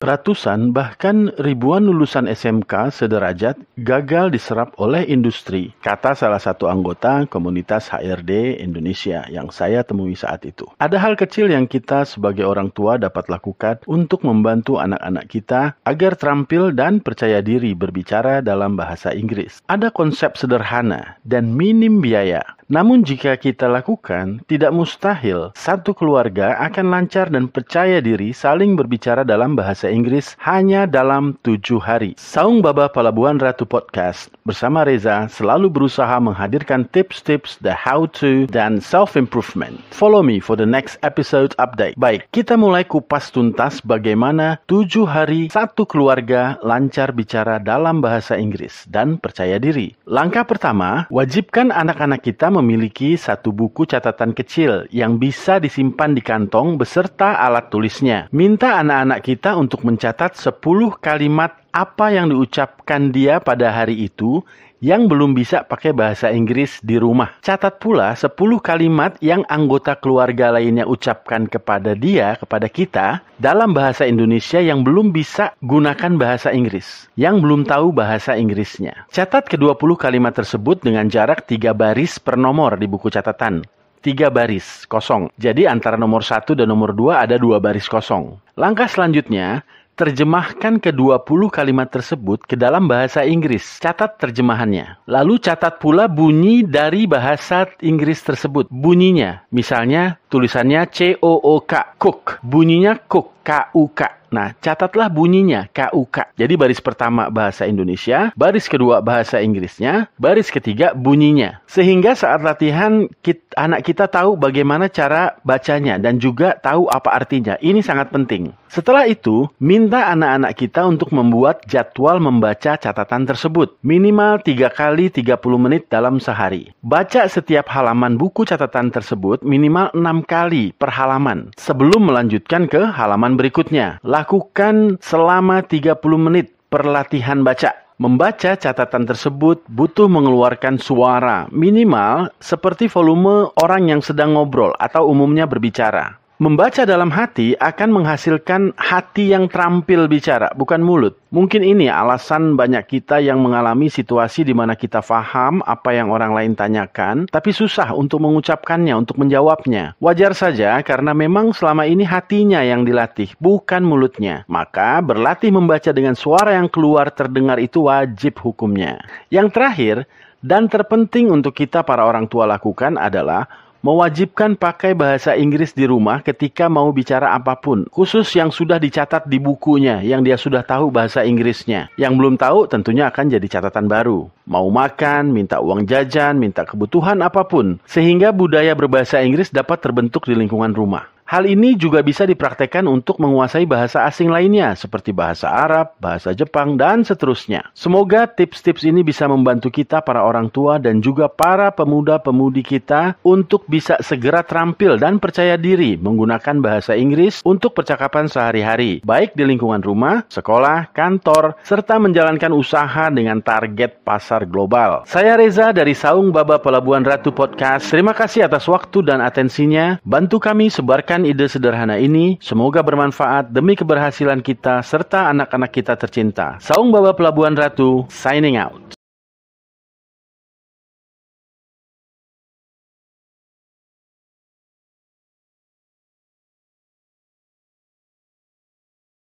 Ratusan bahkan ribuan lulusan SMK sederajat gagal diserap oleh industri, kata salah satu anggota komunitas HRD Indonesia yang saya temui saat itu. Ada hal kecil yang kita sebagai orang tua dapat lakukan untuk membantu anak-anak kita agar terampil dan percaya diri berbicara dalam bahasa Inggris. Ada konsep sederhana dan minim biaya. Namun jika kita lakukan, tidak mustahil satu keluarga akan lancar dan percaya diri saling berbicara dalam bahasa Inggris hanya dalam 7 hari. Saung Baba Pelabuhan Ratu Podcast bersama Reza selalu berusaha menghadirkan tips-tips, the how-to, dan self-improvement. Follow me for the next episode update. Baik, kita mulai kupas tuntas bagaimana 7 hari satu keluarga lancar bicara dalam bahasa Inggris dan percaya diri. Langkah pertama, wajibkan anak-anak kita memiliki satu buku catatan kecil yang bisa disimpan di kantong beserta alat tulisnya. Minta anak-anak kita untuk mencatat 10 kalimat apa yang diucapkan dia pada hari itu yang belum bisa pakai bahasa Inggris di rumah. Catat pula 10 kalimat yang anggota keluarga lainnya ucapkan kepada dia, kepada kita, dalam bahasa Indonesia yang belum bisa gunakan bahasa Inggris, yang belum tahu bahasa Inggrisnya. Catat ke-20 kalimat tersebut dengan jarak 3 baris per nomor di buku catatan. 3 baris kosong. Jadi antara nomor 1 dan nomor 2 ada 2 baris kosong. Langkah selanjutnya, terjemahkan ke-20 kalimat tersebut ke dalam bahasa Inggris. Catat terjemahannya. Lalu catat pula bunyi dari bahasa Inggris tersebut. Bunyinya, misalnya tulisannya C-O-O-K, cook. Bunyinya cook, K-U-K. Nah, catatlah bunyinya, K-U-K. Jadi baris pertama bahasa Indonesia, baris kedua bahasa Inggrisnya, baris ketiga bunyinya. Sehingga saat latihan, anak kita tahu bagaimana cara bacanya dan juga tahu apa artinya. Ini sangat penting. Setelah itu, minta anak-anak kita untuk membuat jadwal membaca catatan tersebut. Minimal 3 kali 30 menit dalam sehari. Baca setiap halaman buku catatan tersebut minimal 6 kali per halaman sebelum melanjutkan ke halaman berikutnya. Lakukan selama 30 menit per latihan baca. Membaca catatan tersebut butuh mengeluarkan suara minimal seperti volume orang yang sedang ngobrol atau umumnya berbicara. Membaca dalam hati akan menghasilkan hati yang terampil bicara, bukan mulut. Mungkin ini alasan banyak kita yang mengalami situasi di mana kita faham apa yang orang lain tanyakan, tapi susah untuk mengucapkannya, untuk menjawabnya. Wajar saja karena memang selama ini hatinya yang dilatih, bukan mulutnya. Maka berlatih membaca dengan suara yang keluar terdengar itu wajib hukumnya. Yang terakhir, dan terpenting untuk kita para orang tua lakukan adalah mewajibkan pakai bahasa Inggris di rumah ketika mau bicara apapun. Khusus yang sudah dicatat di bukunya, yang dia sudah tahu bahasa Inggrisnya. Yang belum tahu tentunya akan jadi catatan baru. Mau makan, minta uang jajan, minta kebutuhan apapun. Sehingga budaya berbahasa Inggris dapat terbentuk di lingkungan rumah. Hal ini juga bisa dipraktekkan untuk menguasai bahasa asing lainnya, seperti bahasa Arab, bahasa Jepang, dan seterusnya. Semoga tips-tips ini bisa membantu kita para orang tua dan juga para pemuda-pemudi kita untuk bisa segera terampil dan percaya diri menggunakan bahasa Inggris untuk percakapan sehari-hari, baik di lingkungan rumah, sekolah, kantor, serta menjalankan usaha dengan target pasar global. Saya Reza dari Saung Baba Pelabuhan Ratu Podcast. Terima kasih atas waktu dan atensinya. Bantu kami sebarkan ide sederhana ini, semoga bermanfaat demi keberhasilan kita serta anak-anak kita tercinta. Saung Baba Pelabuhan Ratu, signing out.